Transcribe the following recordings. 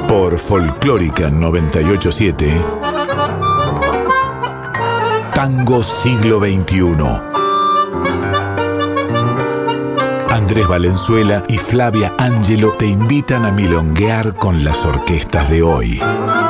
Por Folclórica 987, Tango Siglo XXI. Andrés Valenzuela y Flavia Ángelo te invitan a milonguear con las orquestas de hoy.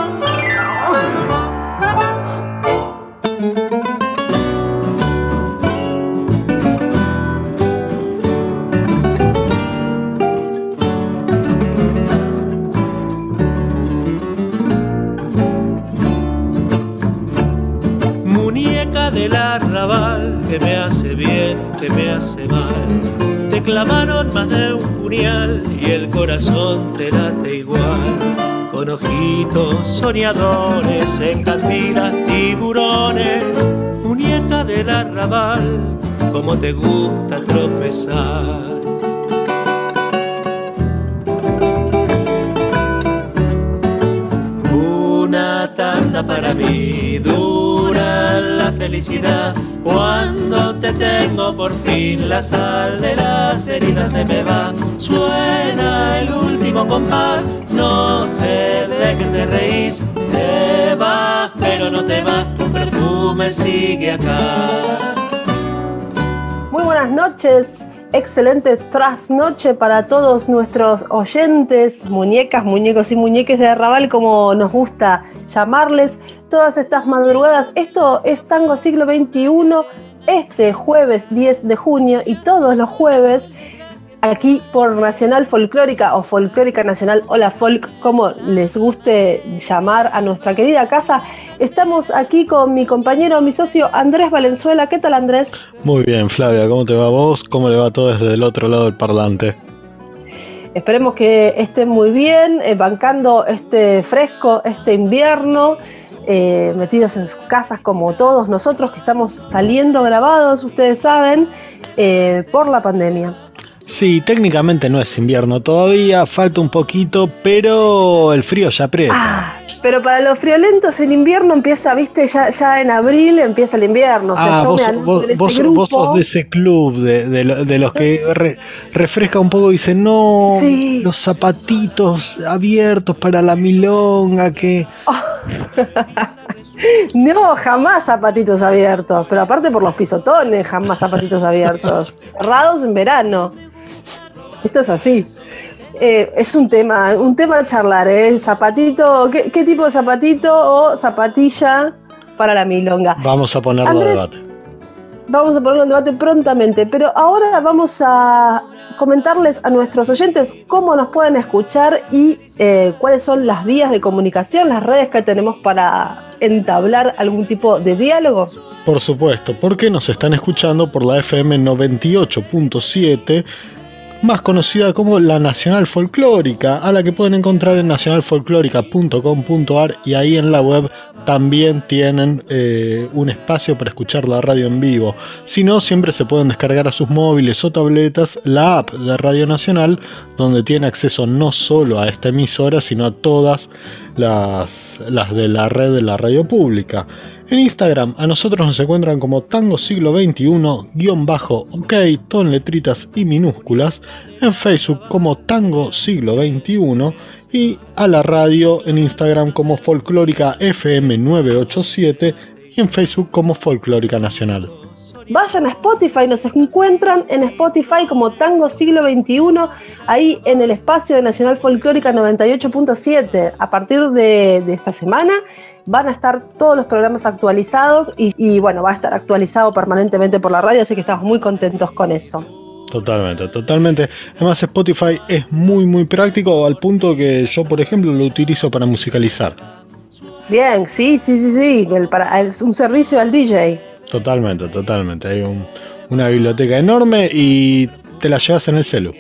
Que me hace bien, que me hace mal. Te clavaron más de un puñal y el corazón te late igual. Con ojitos soñadores, en cantinas tiburones. Muñeca del arrabal, como te gusta tropezar. Una tanda para mí, dura la felicidad. Cuando te tengo por fin, la sal de las heridas se me va. Suena el último compás, no sé de qué te reís. Te vas, pero no te vas, tu perfume sigue acá. Muy buenas noches, excelente trasnoche para todos nuestros oyentes, muñecas, muñecos y muñeques de arrabal, como nos gusta llamarles. Todas estas madrugadas, esto es Tango Siglo XXI, este jueves 10 de junio y todos los jueves aquí por Nacional Folclórica o Folclórica Nacional o la Folk, como les guste llamar a nuestra querida casa. Estamos aquí con mi compañero, mi socio Andrés Valenzuela. ¿Qué tal, Andrés? Muy bien, Flavia, ¿cómo te va vos? ¿Cómo le va todo desde el otro lado del parlante? Esperemos que estén muy bien, bancando este fresco, este invierno. Metidos en sus casas como todos nosotros que estamos saliendo grabados, ustedes saben, por la pandemia. Sí, técnicamente no es invierno todavía, falta un poquito, pero el frío ya aprieta. Pero para los friolentos el invierno empieza, viste, ya en abril empieza el invierno. O sea, vos sos de ese club de los que refresca un poco y dicen, no, sí, los zapatitos abiertos para la milonga, que... No, jamás zapatitos abiertos, pero aparte por los pisotones, jamás zapatitos abiertos, cerrados en verano. Esto es así. Es un tema a charlar, ¿eh? Zapatito, ¿qué tipo de zapatito o zapatilla para la milonga? Vamos a ponerlo Andrés, a debate. Vamos a ponerlo en debate prontamente, pero ahora vamos a comentarles a nuestros oyentes cómo nos pueden escuchar y cuáles son las vías de comunicación, las redes que tenemos para entablar algún tipo de diálogo. Por supuesto, porque nos están escuchando por la FM 98.7, más conocida como la Nacional Folclórica, a la que pueden encontrar en nacionalfolclórica.com.ar, y ahí en la web también tienen un espacio para escuchar la radio en vivo. Si no, siempre se pueden descargar a sus móviles o tabletas la app de Radio Nacional, donde tiene acceso no solo a esta emisora, sino a todas las de la red de la radio pública. En Instagram a nosotros nos encuentran como Tango Siglo XXI-OK, todo en letritas y minúsculas. En Facebook como Tango Siglo XXI y a la radio en Instagram como Folclórica FM 987 y en Facebook como Folclórica Nacional. Vayan a Spotify, nos encuentran en Spotify como Tango Siglo XXI, ahí en el espacio de Nacional Folclórica 98.7. A partir de esta semana van a estar todos los programas actualizados y bueno, va a estar actualizado permanentemente por la radio, así que estamos muy contentos con eso. Totalmente. Además, Spotify es muy práctico, al punto que yo, por ejemplo, lo utilizo para musicalizar. Bien, sí, es un servicio al DJ. Totalmente. Hay una biblioteca enorme y te la llevas en el celu.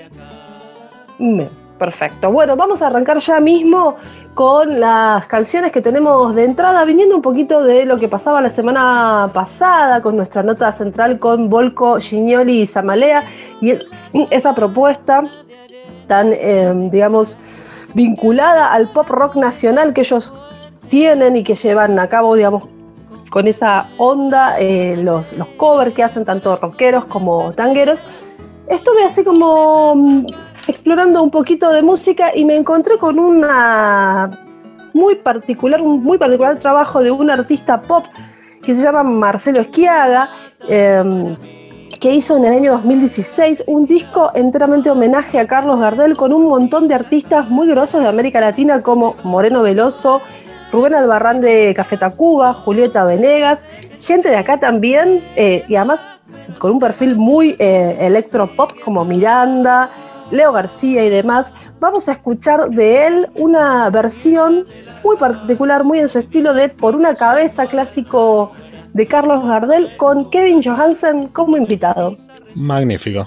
Perfecto. Bueno, vamos a arrancar ya mismo con las canciones que tenemos de entrada, viniendo un poquito de lo que pasaba la semana pasada con nuestra nota central con Volko, Gignoli y Zamalea, y esa propuesta tan, digamos, vinculada al pop rock nacional que ellos tienen y que llevan a cabo, digamos, con esa onda, los covers que hacen tanto rockeros como tangueros. Estuve así como explorando un poquito de música y me encontré con un muy particular trabajo de un artista pop que se llama Marcelo Schiaga, que hizo en el año 2016 un disco enteramente homenaje a Carlos Gardel con un montón de artistas muy grosos de América Latina como Moreno Veloso, Rubén Albarrán de Café Tacuba, Julieta Venegas, gente de acá también, y además con un perfil muy electropop como Miranda, Leo García y demás. Vamos a escuchar de él una versión muy particular, muy en su estilo de Por una cabeza, clásico de Carlos Gardel, con Kevin Johansen como invitado. Magnífico.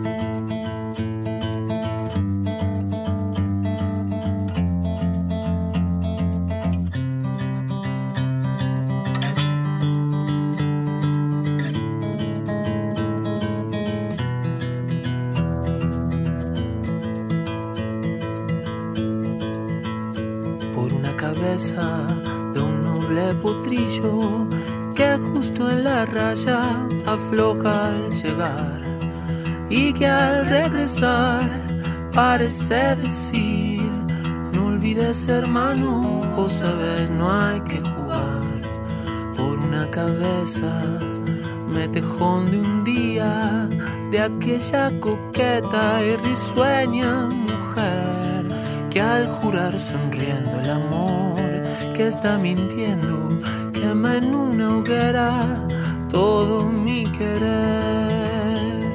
De un noble potrillo que justo en la raya afloja al llegar y que al regresar parece decir: no olvides, hermano, vos sabés, no hay que jugar. Por una cabeza me tejón de un día de aquella coqueta y risueña mujer que al jurar sonriendo el amor que está mintiendo quema en una hoguera todo mi querer.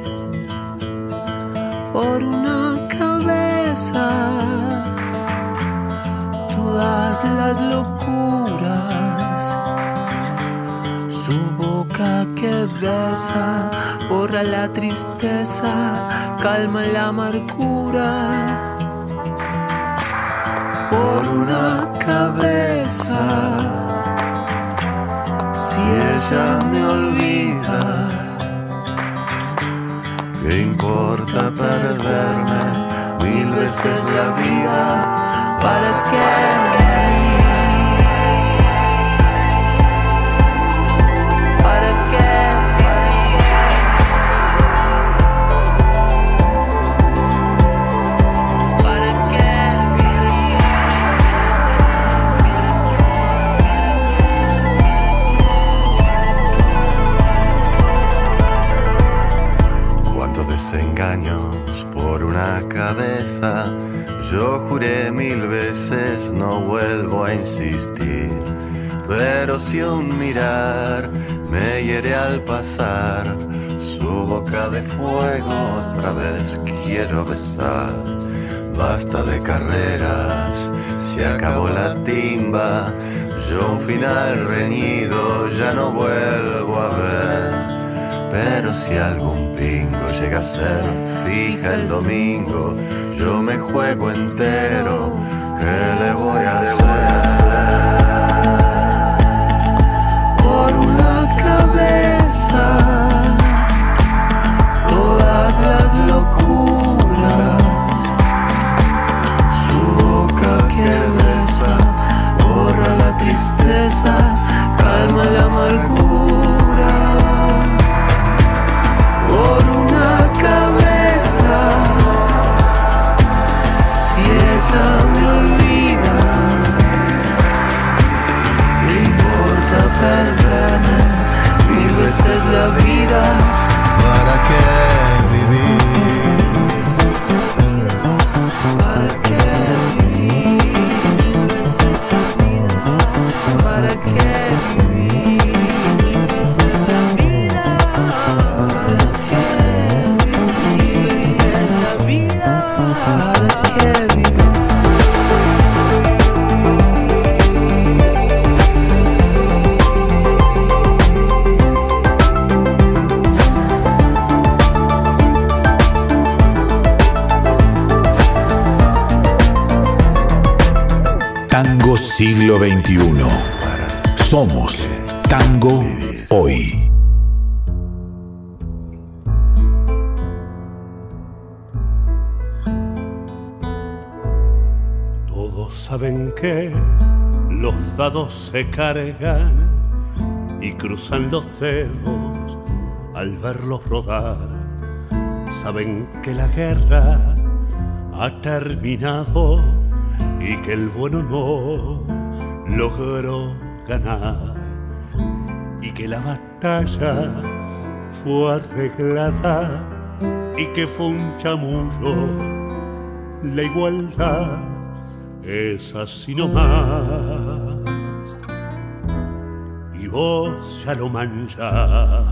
Por una cabeza todas las locuras, su boca que besa borra la tristeza, calma la amargura. Por una cabeza, si ella me olvida, ¿qué importa perderme 1000 veces la vida? ¿Para qué? Desengaños por una cabeza, yo juré 1000 veces no vuelvo a insistir, pero si un mirar me hiere al pasar, su boca de fuego otra vez quiero besar. Basta de carreras, se acabó la timba, yo un final reñido ya no vuelvo a ver. Pero si algún pingo llega a ser fija el domingo, yo me juego entero, ¿qué le voy a hacer? Por una cabeza, todas las locuras, su boca que besa, borra la tristeza, calma la amargura. Por una cabeza, si ella me olvida, ¿qué importa perderme 1000 veces la vida? ¿Para qué vivir? ¿Para qué vivir 1000 veces la vida? ¿Para qué vivir 1000 veces la vida? Tango siglo XXI. Somos Tango Hoy. Todos saben que los dados se cargan y cruzan los dedos al verlos rodar. Saben que la guerra ha terminado y que el bueno no logró ganar y que la batalla fue arreglada y que fue un chamullo. La igualdad es así nomás y vos ya lo manchás.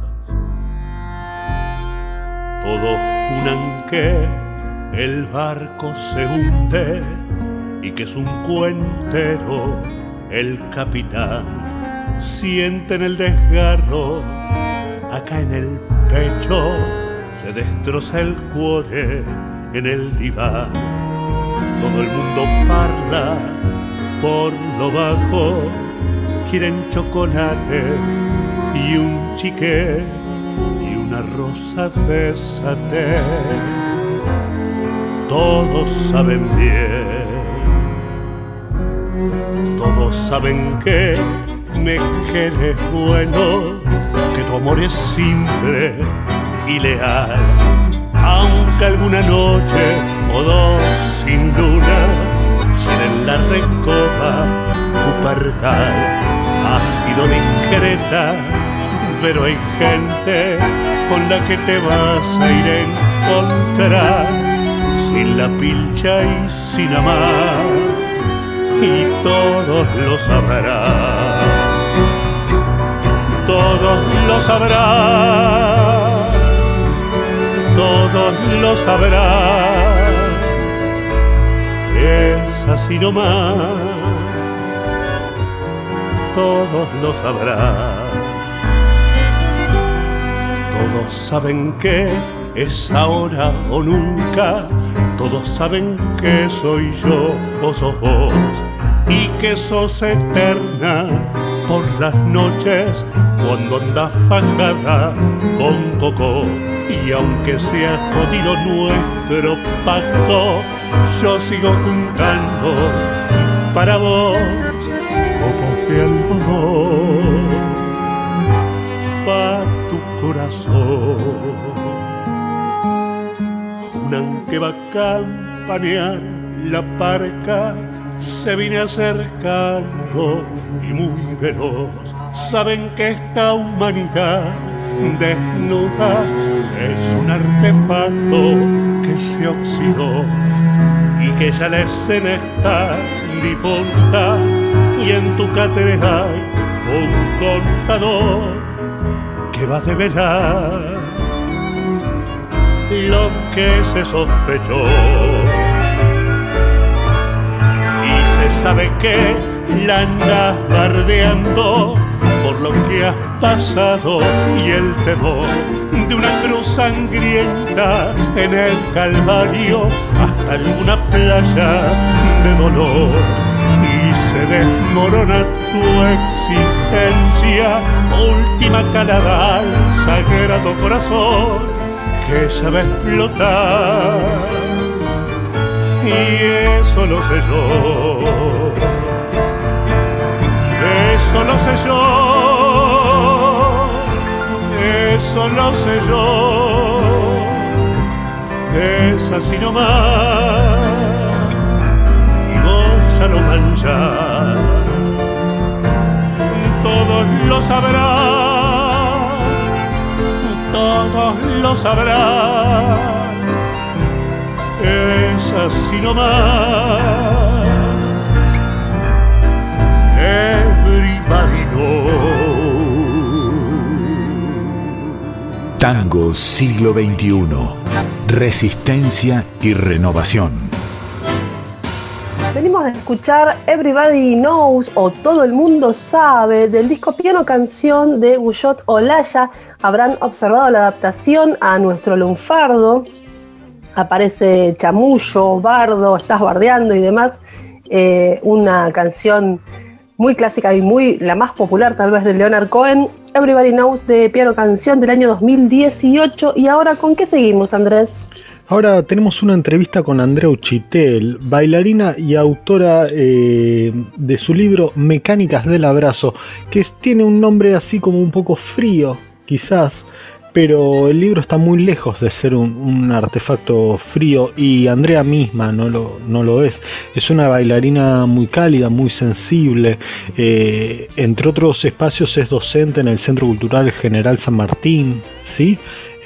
Todos juran que el barco se hunde y que es un cuentero el capitán. Sienten el desgarro acá en el pecho, se destroza el cuore en el diván. Todo el mundo parla por lo bajo, quieren chocolates y un chiqué y una rosa de saté. Todos saben bien, todos saben que me querés bueno, que tu amor es simple y leal. Aunque alguna noche o dos sin luna llenen la recoba tu partal. Ha sido discreta, pero hay gente con la que te vas a ir a encontrar, sin la pilcha y sin amar, y todos lo sabrán, todos lo sabrán, todos lo sabrán, es así nomás, todos lo sabrán. Todos saben que es ahora o nunca, todos saben que soy yo o sos vos, y que sos eterna por las noches cuando andas fajada con coco. Y aunque sea jodido nuestro pacto, yo sigo juntando para vos copos de algodón pa' tu corazón. Juran que va a campanear la parca, se viene acercando y muy veloz. Saben que esta humanidad desnuda es un artefacto que se oxidó y que ya la escena está difunta, y en tu cátedra hay un contador que va a develar lo que se sospechó. Y se sabe que la andas bardeando por lo que has pasado y el temor de una cruz sangrienta en el Calvario hasta alguna playa de dolor. Y se desmorona tu existencia, última calada al sagrado corazón que ya va a explotar. Y eso lo sé yo, eso lo sé yo, eso lo sé yo, es así nomás, y vos ya lo manchás, todos lo sabrán, todos lo sabrán, es así nomás. Everybody knows. Tango siglo XXI. Resistencia y renovación. Venimos de escuchar Everybody Knows o Todo el Mundo Sabe del disco Piano Canción de Guyot Olaya. Habrán observado la adaptación a nuestro lunfardo. Aparece chamullo, bardo, estás bardeando y demás. Una canción muy clásica y la más popular tal vez de Leonard Cohen. Everybody Knows de Piano Canción del año 2018. ¿Y ahora con qué seguimos, Andrés? Ahora tenemos una entrevista con Andrea Uchitel, bailarina y autora de su libro Mecánicas del Abrazo, que tiene un nombre así como un poco frío, quizás, pero el libro está muy lejos de ser un artefacto frío, y Andrea misma no lo es. Es una bailarina muy cálida, muy sensible. Entre otros espacios es docente en el Centro Cultural General San Martín, ¿sí?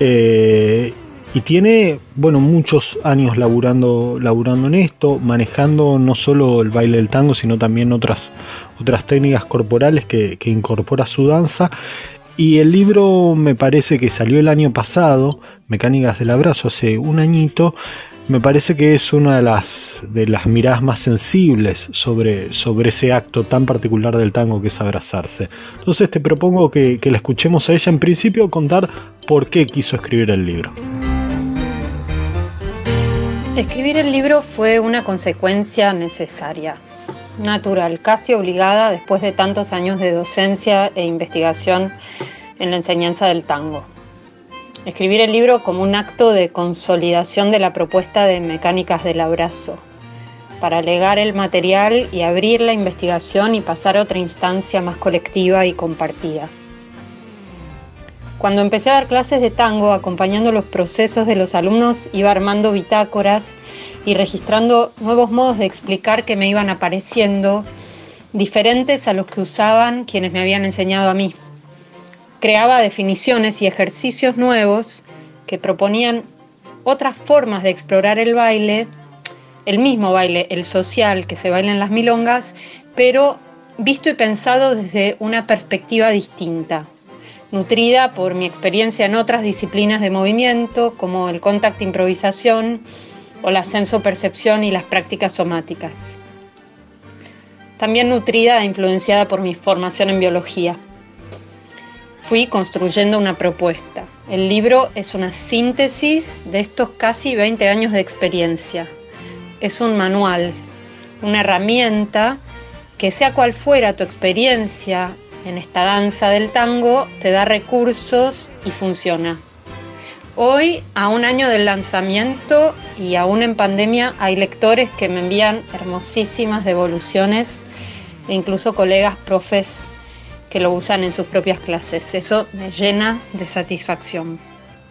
Y tiene, muchos años laburando en esto, manejando no solo el baile del tango, sino también otras técnicas corporales que incorpora a su danza. Y el libro, me parece que salió el año pasado, Mecánicas del Abrazo, hace un añito. Me parece que es una de las miradas más sensibles sobre ese acto tan particular del tango que es abrazarse. Entonces te propongo que la escuchemos a ella, en principio contar por qué quiso escribir el libro. Escribir el libro fue una consecuencia necesaria, natural, casi obligada después de tantos años de docencia e investigación en la enseñanza del tango. Escribir el libro como un acto de consolidación de la propuesta de Mecánicas del Abrazo, para legar el material y abrir la investigación y pasar a otra instancia más colectiva y compartida. Cuando empecé a dar clases de tango, acompañando los procesos de los alumnos, iba armando bitácoras y registrando nuevos modos de explicar que me iban apareciendo, diferentes a los que usaban quienes me habían enseñado a mí. Creaba definiciones y ejercicios nuevos que proponían otras formas de explorar el baile, el mismo baile, el social que se baila en las milongas, pero visto y pensado desde una perspectiva distinta, nutrida por mi experiencia en otras disciplinas de movimiento, como el contact improvisación o la senso-percepción y las prácticas somáticas. También nutrida e influenciada por mi formación en biología. Fui construyendo una propuesta. El libro es una síntesis de estos casi 20 años de experiencia. Es un manual, una herramienta que, sea cual fuera tu experiencia en esta danza del tango, te da recursos y funciona. Hoy, a un año del lanzamiento y aún en pandemia, hay lectores que me envían hermosísimas devoluciones e incluso colegas profes que lo usan en sus propias clases. Eso me llena de satisfacción.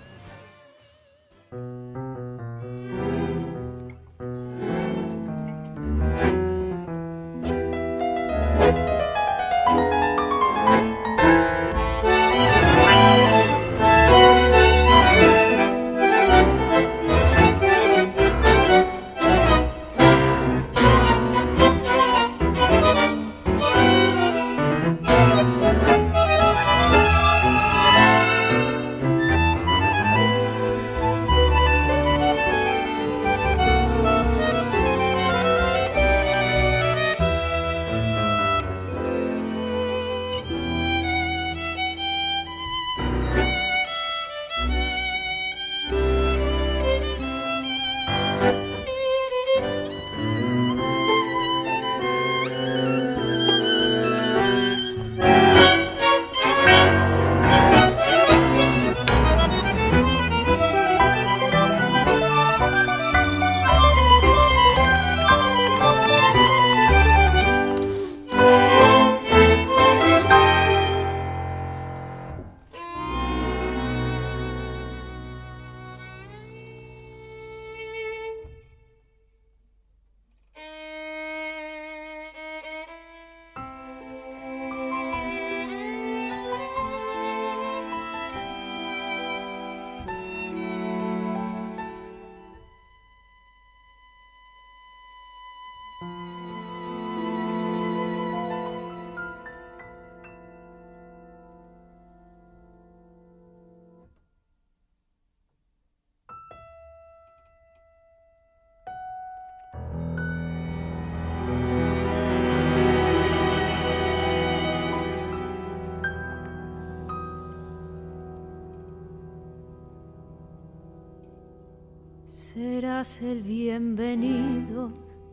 Serás el bienvenido,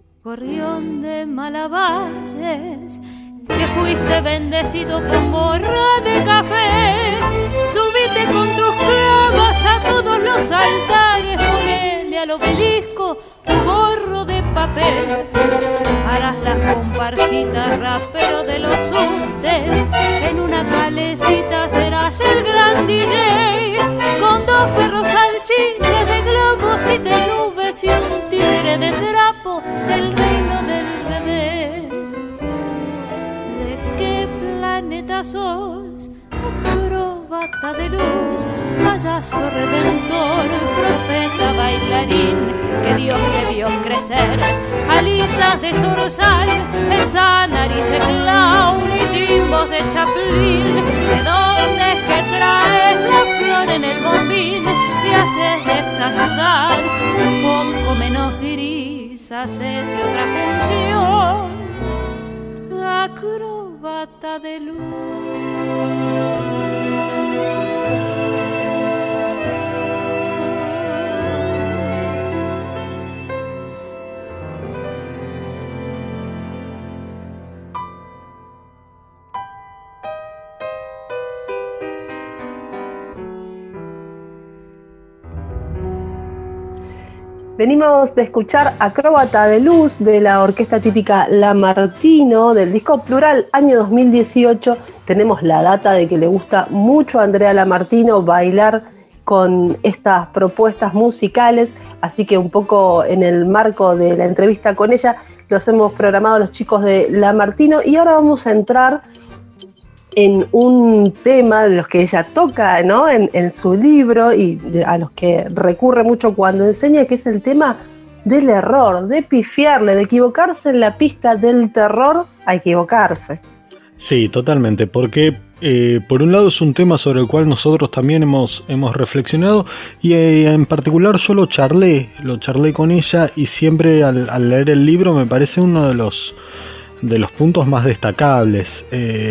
gorrión de malabares, que fuiste bendecido con borra de café. Subite con tus clavas a todos los altares, ponele al obelisco tu gorro de papel. Harás las comparsitas rapero de los subtes, en una calecita serás el gran DJ. bochinches de globos y de nubes y un tigre de trapo del reino del revés. ¿De qué planeta sos? Acróbata de luz, payaso redentor, profeta bailarín, que Dios le vio crecer alitas de zorzal, esa nariz de clown y timbos de Chaplin. ¿De dónde es que traes la flor en el bombín y haces de esta ciudad un poco menos gris? Hacete otra función, acróbata de luz. Venimos de escuchar Acróbata de Luz de la orquesta típica La Martino del disco Plural año 2018. Tenemos la data de que le gusta mucho a Andrea La Martino bailar con estas propuestas musicales, así que un poco en el marco de la entrevista con ella los hemos programado los chicos de La Martino y ahora vamos a entrar en un tema de los que ella toca, ¿no? en su libro y a los que recurre mucho cuando enseña, que es el tema del error, de pifiarle, de equivocarse en la pista del terror a equivocarse. Sí, totalmente, porque por un lado es un tema sobre el cual nosotros también hemos reflexionado y en particular yo lo charlé con ella y siempre al leer el libro me parece uno de los puntos más destacables.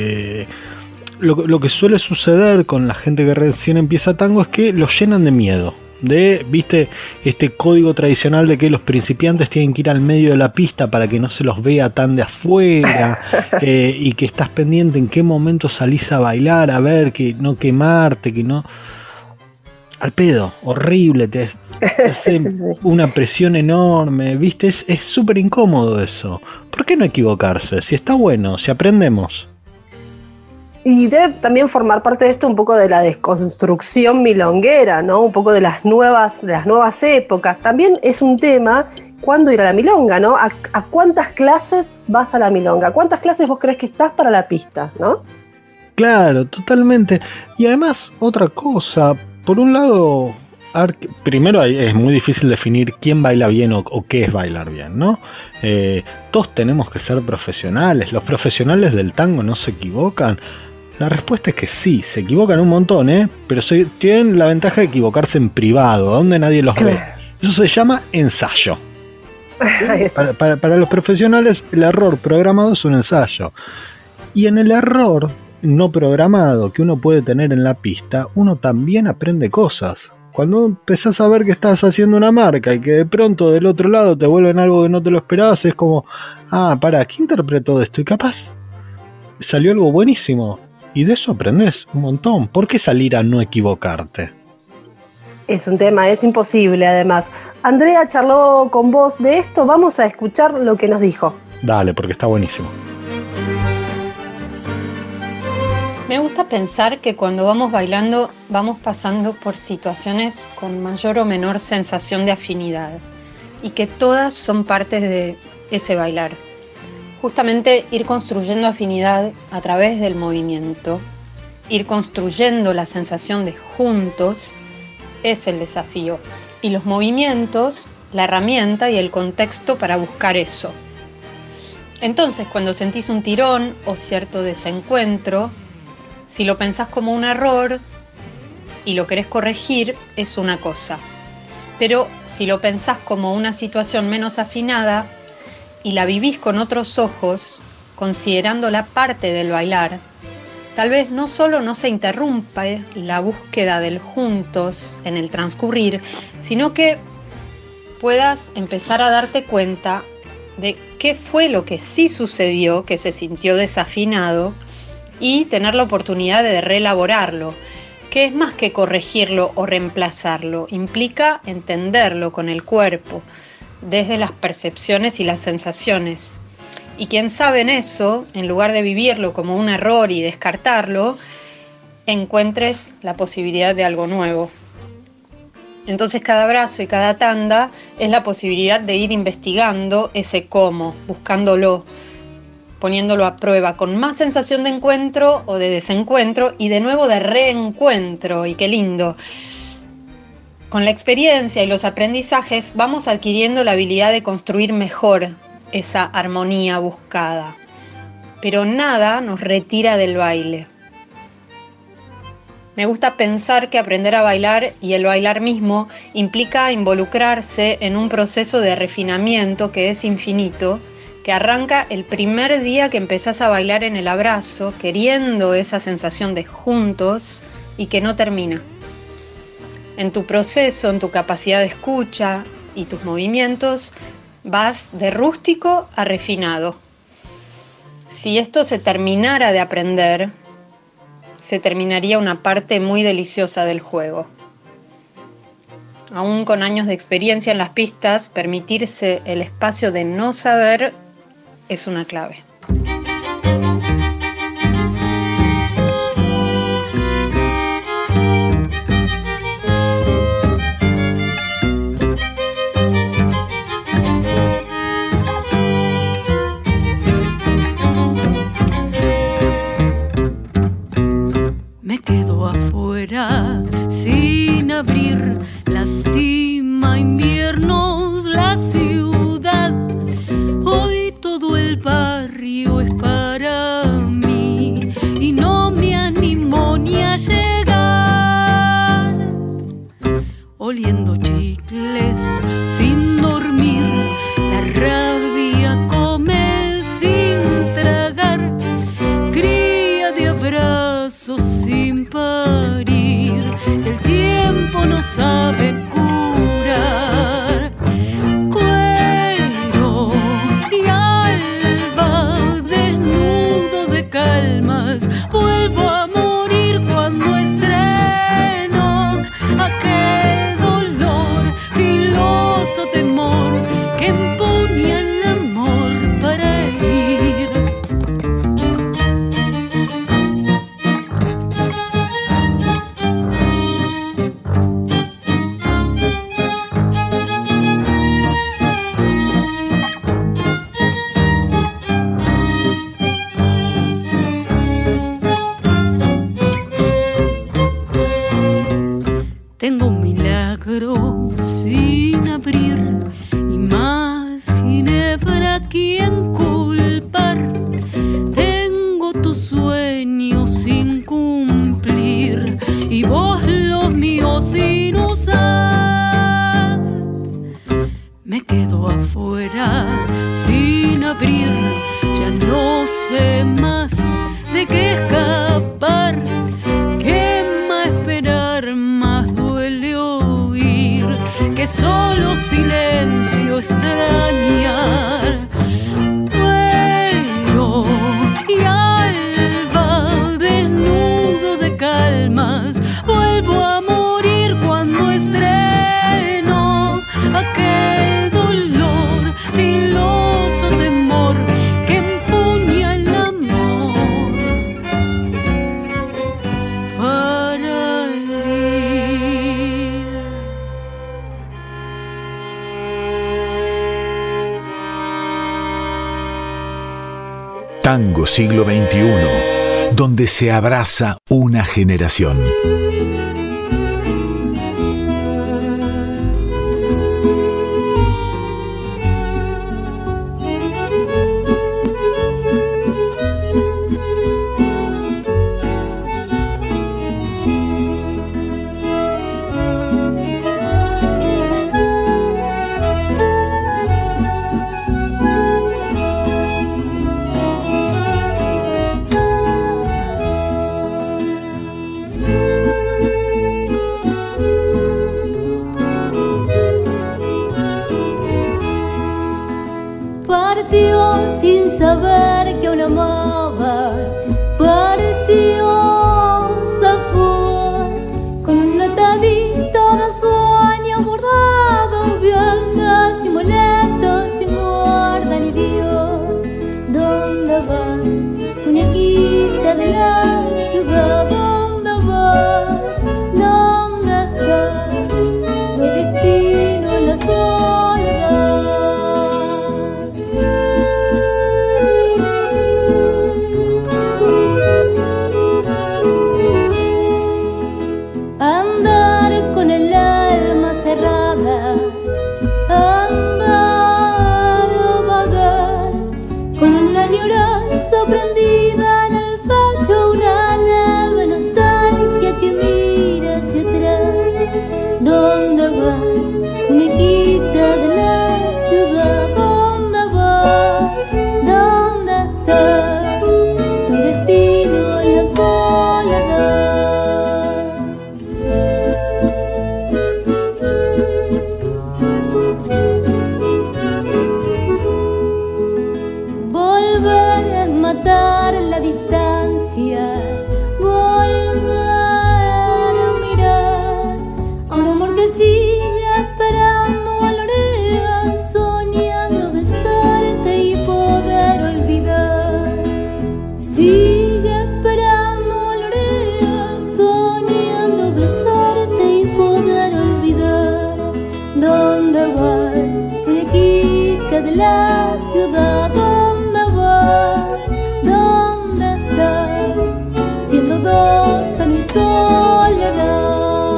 Lo que suele suceder con la gente que recién empieza tango es que los llenan de miedo. ¿Viste? Este código tradicional de que los principiantes tienen que ir al medio de la pista para que no se los vea tan de afuera y que estás pendiente en qué momento salís a bailar, a ver, que no quemarte, que no... Al pedo, horrible, te hace una presión enorme, ¿viste? Es súper incómodo eso. ¿Por qué no equivocarse? Si está bueno, si aprendemos. Y debe también formar parte de esto un poco de la desconstrucción milonguera, ¿no? Un poco de las nuevas épocas. También es un tema, ¿cuándo ir a la milonga, no? ¿A cuántas clases vas a la milonga? ¿Cuántas clases vos crees que estás para la pista, no? Claro, totalmente. Y además, otra cosa, por un lado, primero es muy difícil definir quién baila bien o qué es bailar bien, ¿no? Todos tenemos que ser profesionales. ¿Los profesionales del tango no se equivocan? La respuesta es que sí, se equivocan un montón, pero tienen la ventaja de equivocarse en privado, donde nadie los ve. Eso se llama ensayo. Para los profesionales, el error programado es un ensayo. Y en el error no programado que uno puede tener en la pista, uno también aprende cosas. Cuando empezás a ver que estás haciendo una marca y que de pronto del otro lado te vuelven algo que no te lo esperabas, es como, ¿qué interpretó esto? Y capaz salió algo buenísimo. Y de eso aprendés un montón. ¿Por qué salir a no equivocarte? Es un tema, es imposible además. Andrea charló con vos de esto, vamos a escuchar lo que nos dijo. Dale, porque está buenísimo. Me gusta pensar que cuando vamos bailando vamos pasando por situaciones con mayor o menor sensación de afinidad y que todas son partes de ese bailar. Justamente ir construyendo afinidad a través del movimiento, ir construyendo la sensación de juntos es el desafío y los movimientos, la herramienta y el contexto para buscar eso. Entonces, cuando sentís un tirón o cierto desencuentro, si lo pensás como un error y lo querés corregir, es una cosa. Pero si lo pensás como una situación menos afinada y la vivís con otros ojos, considerándola parte del bailar, tal vez no solo no se interrumpa la búsqueda del juntos en el transcurrir, sino que puedas empezar a darte cuenta de qué fue lo que sí sucedió, que se sintió desafinado, y tener la oportunidad de reelaborarlo, que es más que corregirlo o reemplazarlo, implica entenderlo con el cuerpo, desde las percepciones y las sensaciones. Y quien sabe en eso, en lugar de vivirlo como un error y descartarlo, encuentres la posibilidad de algo nuevo. Entonces cada abrazo y cada tanda es la posibilidad de ir investigando ese cómo, buscándolo, poniéndolo a prueba, con más sensación de encuentro o de desencuentro y de nuevo de reencuentro. Y qué lindo. Con la experiencia y los aprendizajes vamos adquiriendo la habilidad de construir mejor esa armonía buscada. Pero nada nos retira del baile. Me gusta pensar que aprender a bailar y el bailar mismo implica involucrarse en un proceso de refinamiento que es infinito, que arranca el primer día que empezás a bailar en el abrazo, queriendo esa sensación de juntos y que no termina. En tu proceso, en tu capacidad de escucha y tus movimientos, vas de rústico a refinado. Si esto se terminara de aprender, se terminaría una parte muy deliciosa del juego. Aún con años de experiencia en las pistas, permitirse el espacio de no saber es una clave. Me quedo afuera sin abrir, lastima inviernos la ciudad. Hoy todo el barrio es para mí y no me animo ni a llegar. Oliendo chicles sin dormir, la rabia come sin tragar, cría de abrazos sin parir, el tiempo no sabe curar. Cuero y alba, desnudo de calmas, vuelvo a morir cuando estreno aquel dolor, filoso temor que empuña el amor para herir. Tengo un milagro sin abrir y más ginebra quien culpar. Tengo tus sueños sin cumplir y vos los míos sin usar. Me quedo afuera sin abrir, ya no sé más de qué escapar. Quema esperar, más duele oír, que solo silencio extrañar. Vuelo y alba, desnudo de calmas, vuelvo a morir cuando estreno aquel dolor, filoso temor que empuña el amor para herir. Tango siglo XXI, donde se abraza una generación. Partió sin saber que aún amaba, partió, zafó con un atadito de sueños bordados, viejas y moletos sin guarda ni Dios. ¿Dónde vas, muñequita de la ciudad? ¿Dónde vas? ¿Dónde estás? la ciudad. ¿Dónde vas? ¿Dónde estás? Siendo dos en mi soledad.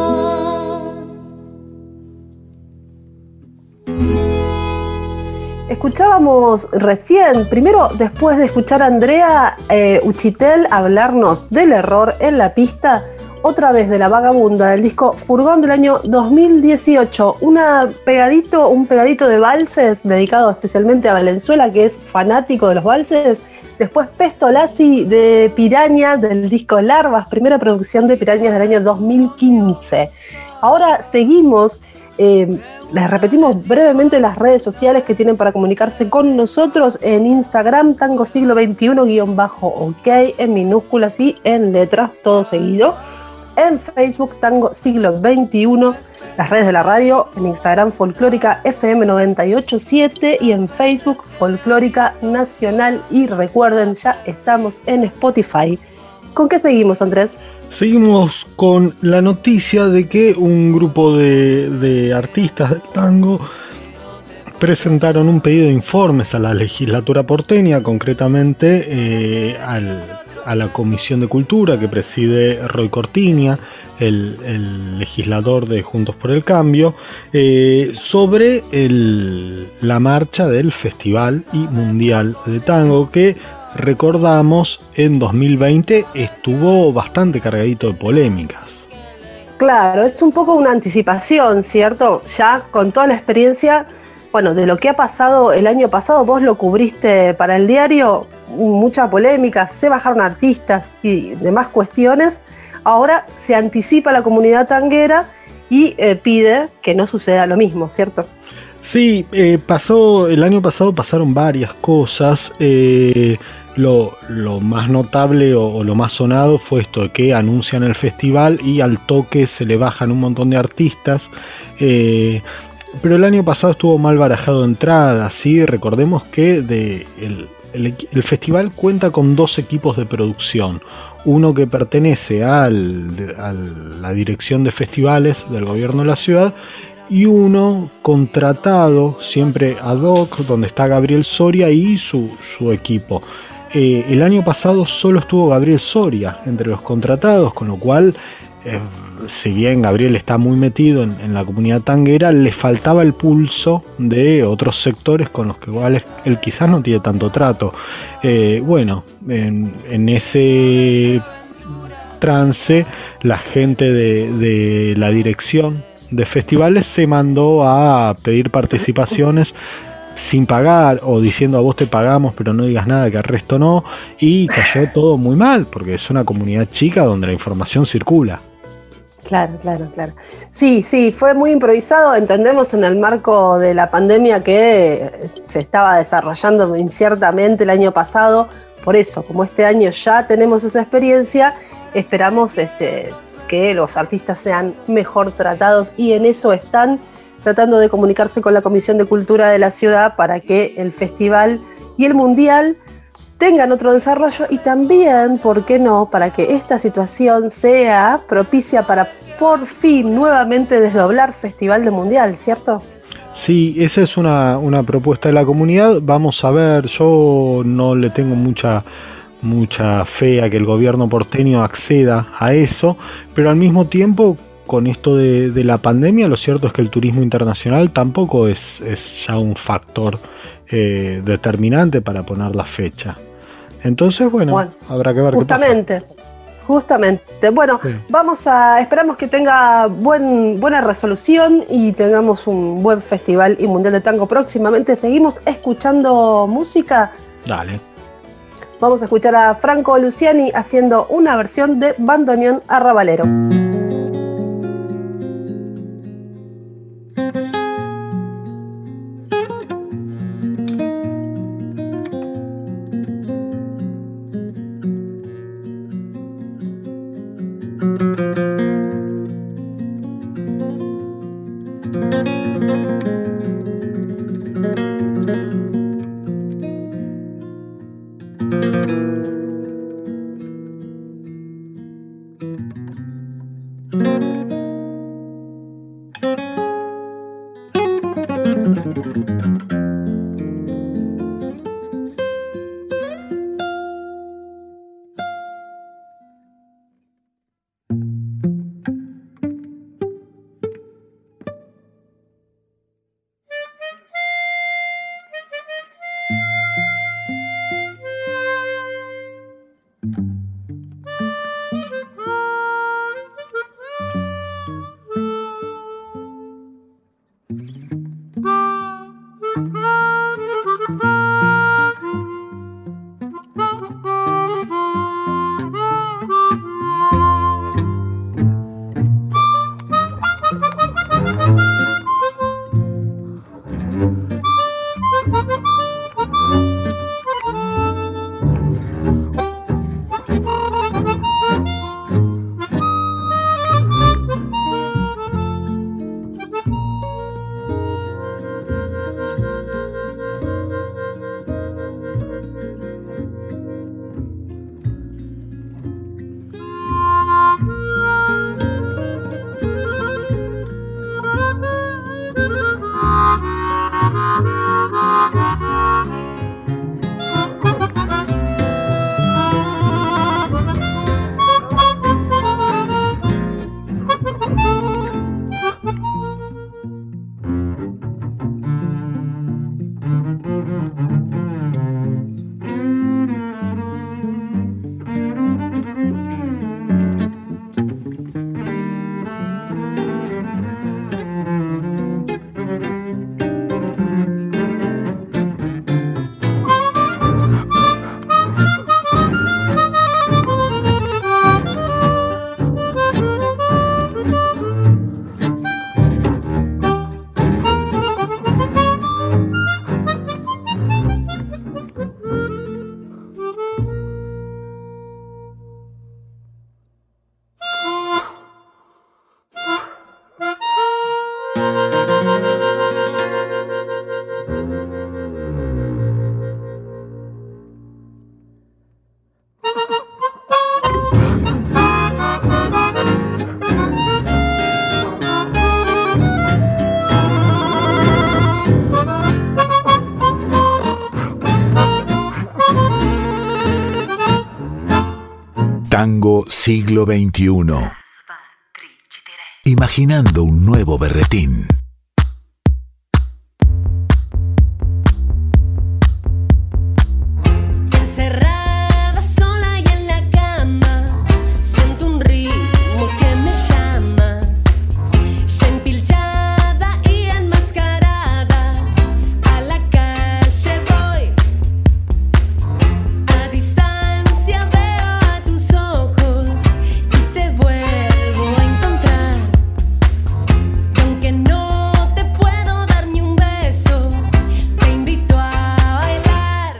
Escuchábamos recién, primero después de escuchar a Andrea Uchitel hablarnos del error en la pista, otra vez de La Vagabunda, del disco Furgón del año 2018, un pegadito de valses dedicado especialmente a Valenzuela, que es fanático de los valses. Después Pestolazzi de Piraña, del disco Larvas, primera producción de Pirañas del año 2015. Ahora seguimos. Les repetimos brevemente las redes sociales que tienen para comunicarse con nosotros. En Instagram, Tango Siglo XXI-OK, en minúsculas y en letras, todo seguido. En Facebook, Tango Siglo XXI, las redes de la radio, en Instagram, Folclórica FM 987 y en Facebook, Folclórica Nacional. Y recuerden, ya estamos en Spotify. ¿Con qué seguimos, Andrés? Seguimos con la noticia de que un grupo de artistas del tango presentaron un pedido de informes a la legislatura porteña, concretamente a la Comisión de Cultura que preside Roy Cortiña, el legislador de Juntos por el Cambio, sobre la marcha del Festival y Mundial de Tango, que recordamos en 2020 estuvo bastante cargadito de polémicas. Claro, es un poco una anticipación, ¿cierto? Ya con toda la experiencia, bueno, de lo que ha pasado el año pasado, vos lo cubriste para el diario, mucha polémica, se bajaron artistas y demás cuestiones. Ahora se anticipa la comunidad tanguera y pide que no suceda lo mismo, ¿cierto? Sí, el año pasado pasaron varias cosas. Lo más notable o lo más sonado fue esto de que anuncian el festival y al toque se le bajan un montón de artistas. Pero el año pasado estuvo mal barajado de entrada, ¿sí? Recordemos que el festival cuenta con 2 equipos de producción. Uno que pertenece a la dirección de festivales del gobierno de la ciudad y uno contratado siempre ad hoc, donde está Gabriel Soria y su equipo. El año pasado solo estuvo Gabriel Soria entre los contratados, con lo cual, si bien Gabriel está muy metido en la comunidad tanguera, le faltaba el pulso de otros sectores con los que igual él quizás no tiene tanto trato. Bueno, en ese trance, la gente de la dirección de festivales se mandó a pedir participaciones sin pagar o diciendo a vos te pagamos pero no digas nada que al resto no, y cayó todo muy mal porque es una comunidad chica donde la información circula. Claro. Sí, fue muy improvisado. Entendemos en el marco de la pandemia que se estaba desarrollando inciertamente el año pasado. Por eso, como este año ya tenemos esa experiencia, esperamos que los artistas sean mejor tratados y en eso están tratando de comunicarse con la Comisión de Cultura de la ciudad para que el festival y el mundial tengan otro desarrollo y también, ¿por qué no?, para que esta situación sea propicia para por fin nuevamente desdoblar festival de mundial, ¿cierto? Sí, esa es una propuesta de la comunidad. Vamos a ver, yo no le tengo mucha fe a que el gobierno porteño acceda a eso, pero al mismo tiempo, con esto de la pandemia, lo cierto es que el turismo internacional tampoco es ya un factor determinante para poner la fecha. Entonces, bueno, habrá que ver justamente, qué pasa. Justamente. Bueno, sí. Esperamos que tenga buena resolución y tengamos un buen festival y mundial de tango próximamente. Seguimos escuchando música. Dale. Vamos a escuchar a Franco Luciani haciendo una versión de Bandoneón Arrabalero. Tango siglo XXI. Imaginando un nuevo berretín. Encerrada sola y en la cama, siento un ritmo que me llama. Ya empilchada y enmascarada, a la calle voy. A distancia veo a tus ojos y te vuelvo a encontrar. Y aunque no te puedo dar ni un beso, te invito a bailar.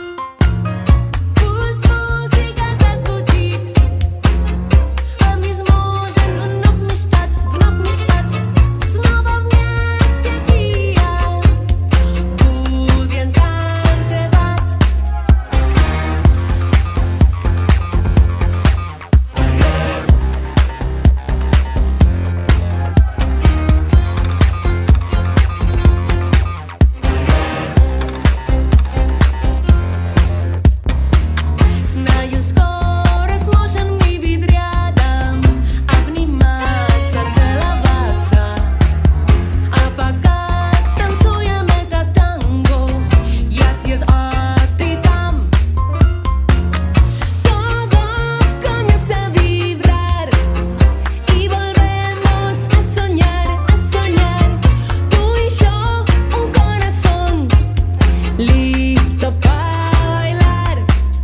Пусть музыка зазвучит, а мы сможем вновь мечтать, снова вместе дия будем танцевать. Знаю, скоро сможем мы быть рядом, обниматься, целоваться. А пока станцуем это танго, я здесь, а ты там. Todo comienza a vibrar y volvemos a soñar, tú y yo, un corazón listo para bailar.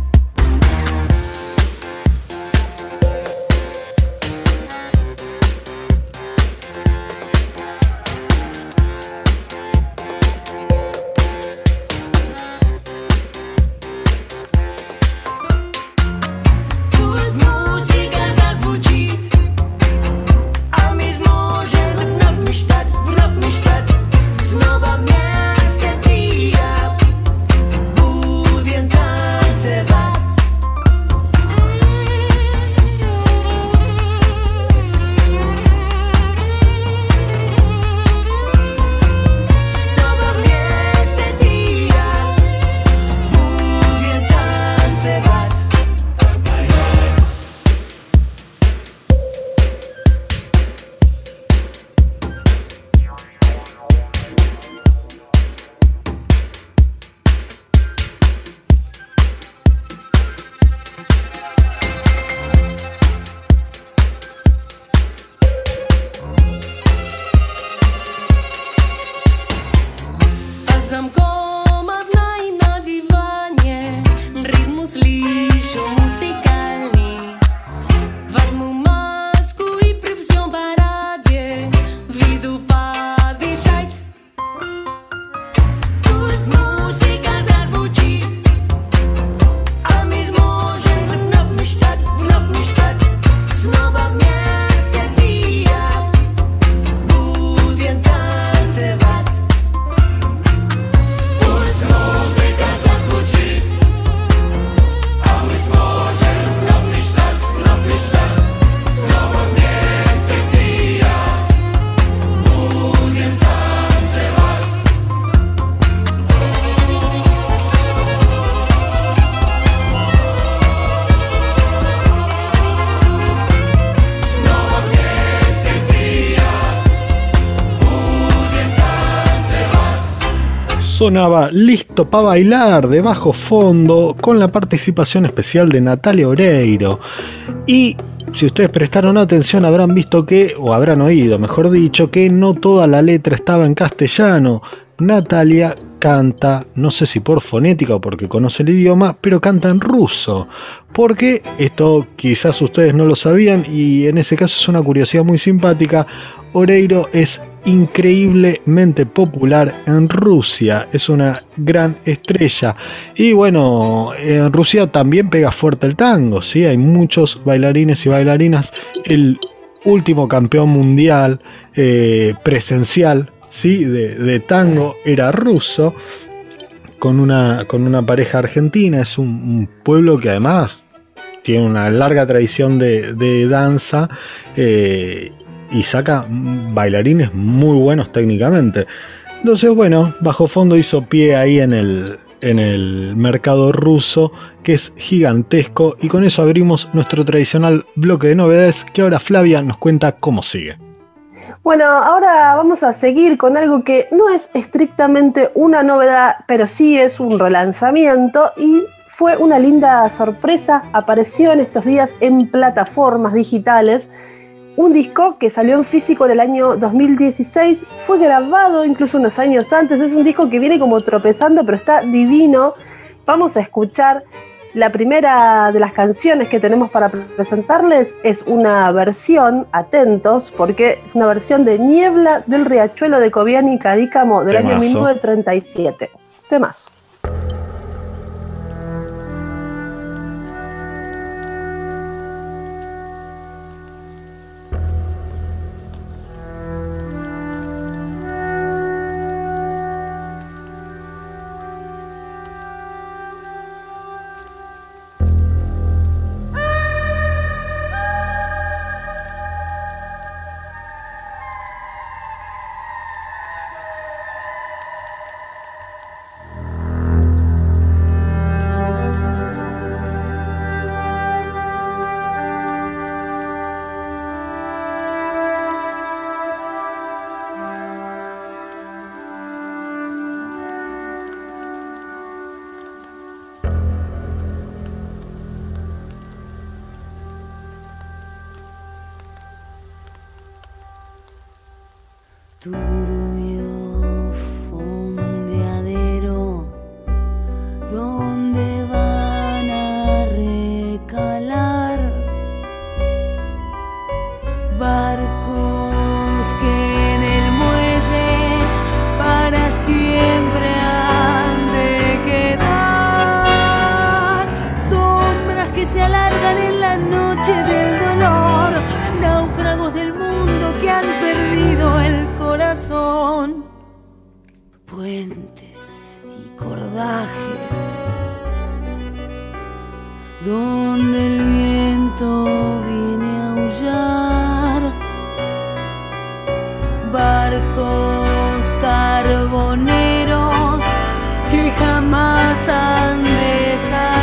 Пусть музыка зазвучит, а мы сможем вновь мечтать, снова вместе дия будем танцевать. Снова вместе дия будем танцевать. Под замком одна и на диване, ритм услышу музыкальный. Возьму маску и при всем параде выйду подышать. Пусть музыка зазвучит, а мы сможем вновь мечтать, снова вместе дия будем танцевать. Пусть музыка зазвучит, а мы сможем вновь мечтать, снова вместе дия будем танцевать. Снова вместе дия будем танцевать. Sonaba Listo para bailar de bajo fondo con la participación especial de Natalia Oreiro. Y si ustedes prestaron atención habrán visto que, o habrán oído mejor dicho, que no toda la letra estaba en castellano. Natalia canta, no sé si por fonética o porque conoce el idioma, pero canta en ruso. Porque esto quizás ustedes no lo sabían y en ese caso es una curiosidad muy simpática. Oreiro es increíblemente popular en Rusia, es una gran estrella y bueno, en Rusia también pega fuerte el tango, ¿sí? Hay muchos bailarines y bailarinas. El último campeón mundial presencial ¿sí? de tango era ruso, con una pareja argentina. Es un pueblo que además tiene una larga tradición de danza y saca bailarines muy buenos técnicamente. Entonces, bueno, Bajo Fondo hizo pie ahí en el mercado ruso, que es gigantesco, y con eso abrimos nuestro tradicional bloque de novedades, que ahora Flavia nos cuenta cómo sigue. Bueno, ahora vamos a seguir con algo que no es estrictamente una novedad, pero sí es un relanzamiento y fue una linda sorpresa. Apareció en estos días en plataformas digitales. Un disco que salió en físico en el año 2016, fue grabado incluso unos años antes. Es un disco que viene como tropezando, pero está divino. Vamos a escuchar la primera de las canciones que tenemos para presentarles. Es una versión, atentos, porque es una versión de Niebla del Riachuelo de Cobián y Cadícamo del año 1937. Temazo. Turbio fondeadero donde van a recalar barcos que en el muelle para siempre han de quedar, sombras que se alargan en la noche del dolor, náufragos del mundo que han perdido el corazón, puentes y cordajes donde el viento viene a aullar, barcos carboneros que jamás han de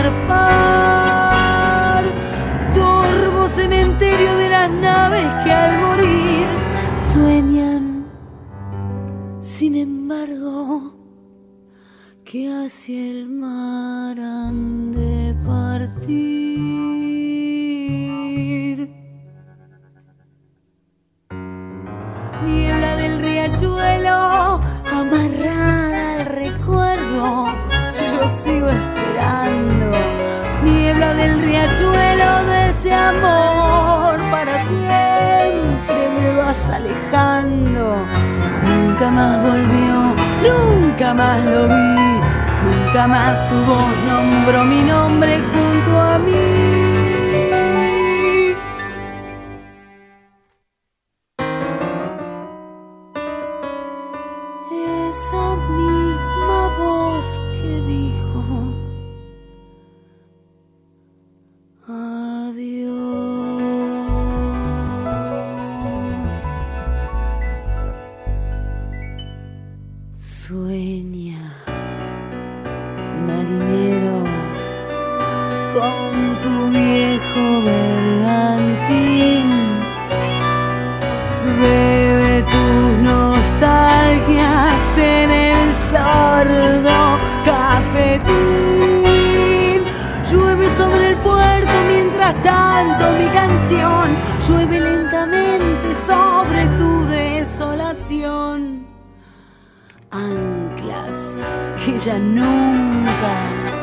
zarpar, torvo cementerio de las naves que al morir sueñan. Sin embargo, que hacia el mar han de partir. Niebla del riachuelo, amarrada al recuerdo, yo sigo esperando. Niebla del riachuelo de ese amor, para siempre me vas alejando. Nunca más volvió, nunca más lo vi, nunca más su voz nombró mi nombre junto a mí. Esa misma voz que dijo adiós. Sueña, marinero, con tu viejo bergantín. Bebe tus nostalgias en el sordo cafetín. Llueve sobre el puerto, mientras tanto mi canción llueve lentamente sobre tu desolación. Anclas que ya nunca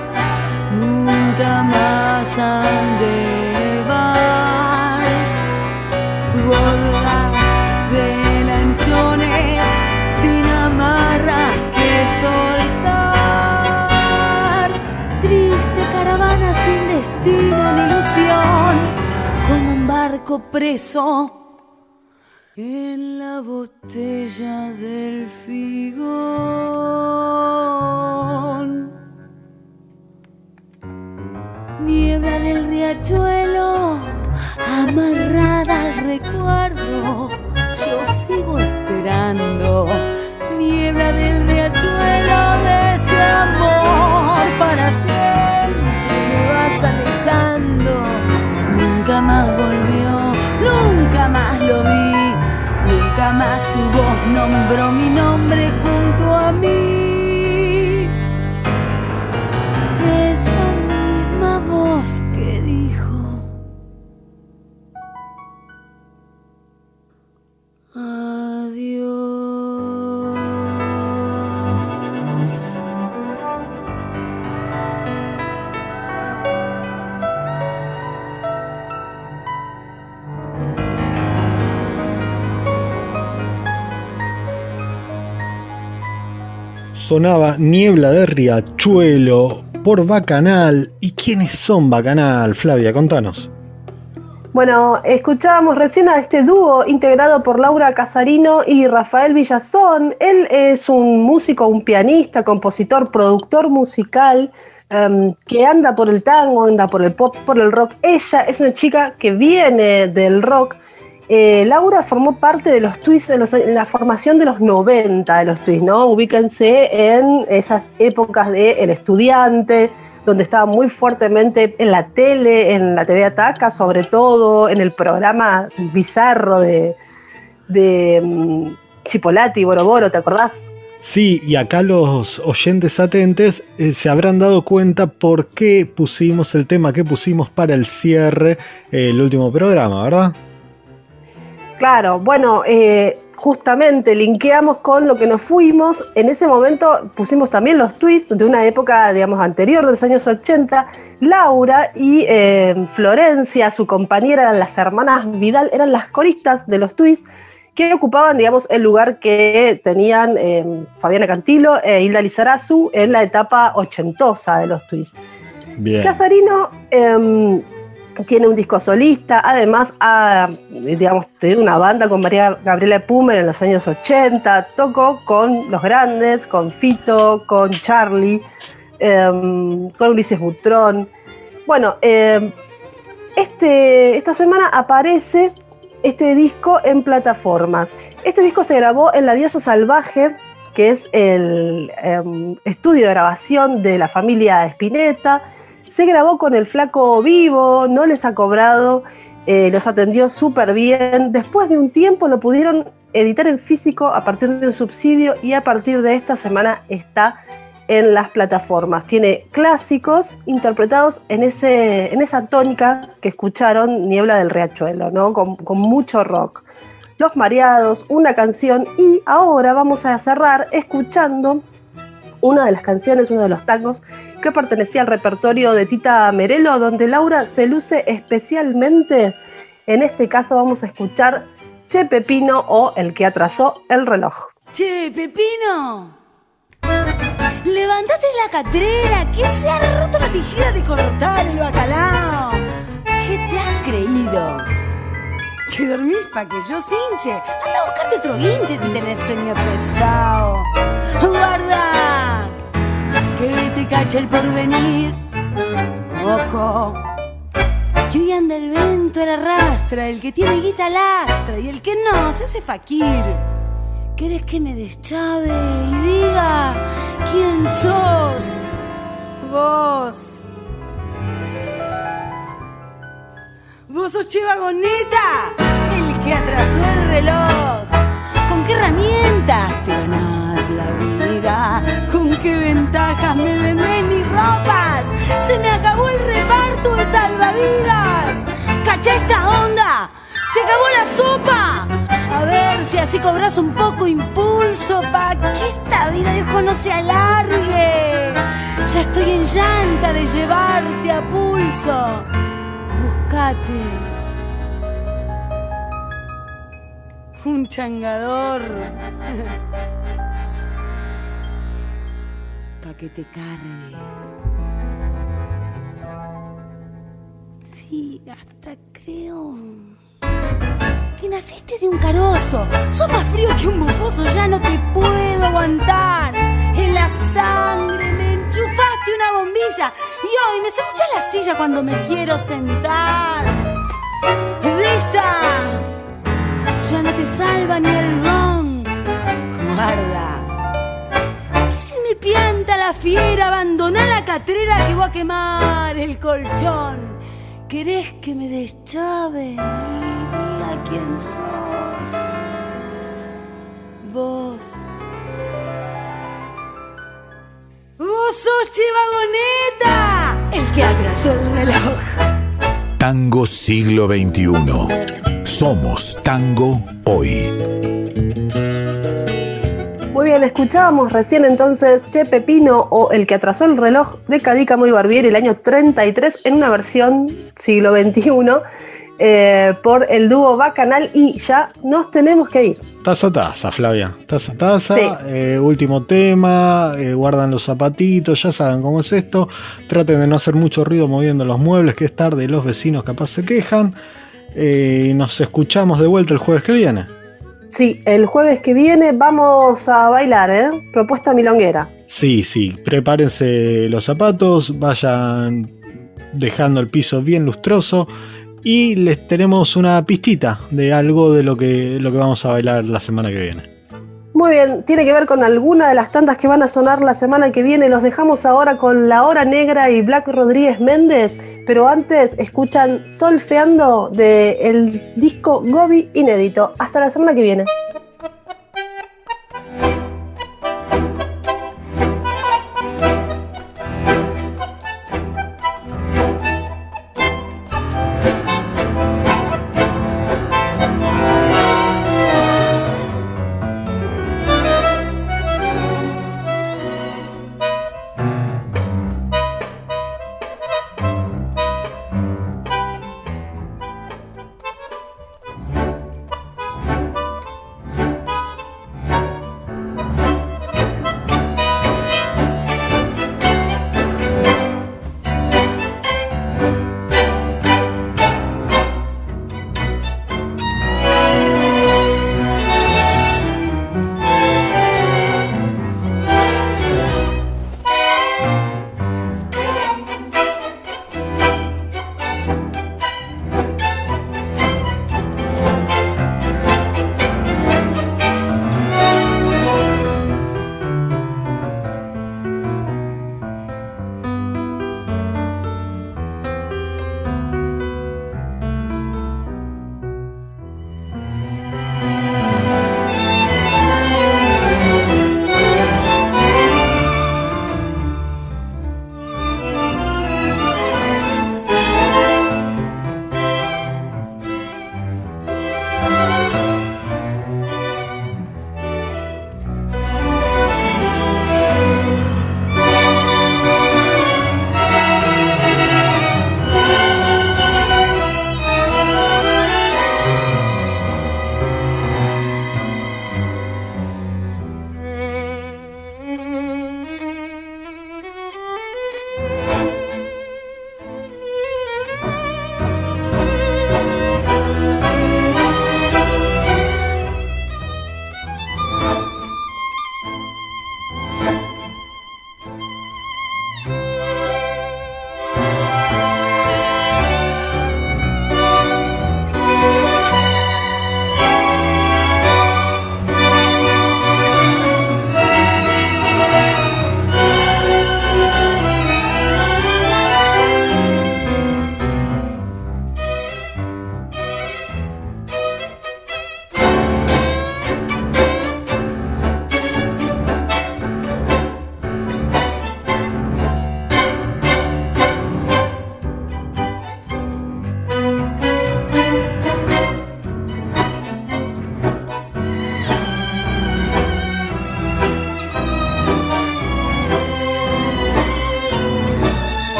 más han de elevar, gordas de lanchones sin amarras que soltar, triste caravana sin destino ni ilusión, como un barco preso En la botella del figón, niebla del riachuelo, amarrada al recuerdo, yo sigo esperando. Niebla del riachuelo de ese amor para siempre, me vas alejando. Nunca más volvió, nunca más lo vi, nunca más su voz nombró mi nombre junto a mí. Esa misma voz que dijo adiós. Sonaba Niebla de Riachuelo por Bacanal. ¿Y quiénes son Bacanal, Flavia? Contanos. Bueno, escuchábamos recién a este dúo integrado por Laura Casarino y Rafael Villazón. Él es un músico, un pianista, compositor, productor musical que anda por el tango, anda por el pop, por el rock. Ella es una chica que viene del rock. Laura formó parte de los Twists, en la formación de los 90 de los Twists, ¿no? Ubíquense en esas épocas de El Estudiante, donde estaba muy fuertemente en la tele, en la TV Ataca, sobre todo en el programa bizarro de Chipolati y Boroboro, ¿te acordás? Sí, y acá los oyentes atentes se habrán dado cuenta por qué pusimos el tema que pusimos para el cierre el último programa, ¿verdad? Claro, bueno, justamente linkeamos con lo que nos fuimos. En ese momento pusimos también los Twists de una época, digamos, anterior, de los años 80. Laura y Florencia, su compañera, eran las hermanas Vidal, eran las coristas de los Twists, que ocupaban, digamos, el lugar que tenían Fabiana Cantilo e Hilda Lizarazu en la etapa ochentosa de los Twists. Bien. Casarino tiene un disco solista, además ha, digamos, tenido una banda con María Gabriela Pumer en los años 80, tocó con los grandes, con Fito, con Charlie, con Ulises Butrón. Bueno, esta semana aparece este disco en plataformas. Este disco se grabó en La Diosa Salvaje, que es el estudio de grabación de la familia Spinetta. Se grabó con el Flaco vivo, no les ha cobrado, los atendió súper bien. Después de un tiempo lo pudieron editar en físico a partir de un subsidio y a partir de esta semana está en las plataformas. Tiene clásicos interpretados en esa tónica que escucharon, Niebla del Riachuelo, ¿no? Con mucho rock. Los Mareados, una canción, y ahora vamos a cerrar escuchando una de las canciones, uno de los tangos que pertenecía al repertorio de Tita Merelo, donde Laura se luce especialmente. En este caso vamos a escuchar Che Pepino, o El que atrasó el reloj. Che Pepino, levántate la catrera, que se ha roto la tijera de cortar el bacalao. ¿Qué te has creído? ¿Que dormís pa' que yo cinche? Anda a buscarte otro guinche si tenés sueño pesado. ¡Guarda! Que te cache el porvenir. Ojo, que hoy anda el viento, el arrastra. El que tiene guita lastra y el que no se hace faquir. ¿Querés que me deschave y diga quién sos? Vos. Vos sos Che Vagoneta, el que atrasó el reloj. ¿Con qué herramientas te ganás la vida? ¿Con qué ventajas me vendés mis ropas? Se me acabó el reparto de salvavidas. ¿Cachá esta onda? ¡Se acabó la sopa! A ver si así cobras un poco impulso pa' que esta vida de ojo no se alargue. Ya estoy en llanta de llevarte a pulso. Buscate un changador pa' que te cargue. Sí, hasta creo que naciste de un carozo. Sos más frío que un bufoso, ya no te puedo aguantar. En la sangre me enchufaste una bombilla y hoy me serruchás la silla cuando me quiero sentar. De esta ya no te salva ni el gong. Guarda, que se me pianta la fiera, abandoná la catrera que voy a quemar el colchón. ¿Querés que me deschave? Mira quién sos. Vos. ¡Vos sos Chivagoneta! El que atrasó el reloj. Tango siglo XXI. Somos tango hoy. Muy bien, escuchábamos recién entonces Che Pepino o El que atrasó el reloj de Cadícamo y Barbieri el año 33 en una versión siglo XXI por el dúo Bacanal y ya nos tenemos que ir. Taza, Flavia. Taza. Sí. Último tema, guardan los zapatitos, ya saben cómo es esto. Traten de no hacer mucho ruido moviendo los muebles, que es tarde, los vecinos capaz se quejan. Nos escuchamos de vuelta el jueves que viene. Sí, el jueves que viene vamos a bailar, propuesta milonguera. Sí, prepárense los zapatos, vayan dejando el piso bien lustroso y les tenemos una pistita de algo de lo que vamos a bailar la semana que viene. Muy bien, tiene que ver con alguna de las tantas que van a sonar la semana que viene. Los dejamos ahora con La Hora Negra y Black Rodríguez Méndez, pero antes escuchan Solfeando del disco Gobi inédito. Hasta la semana que viene.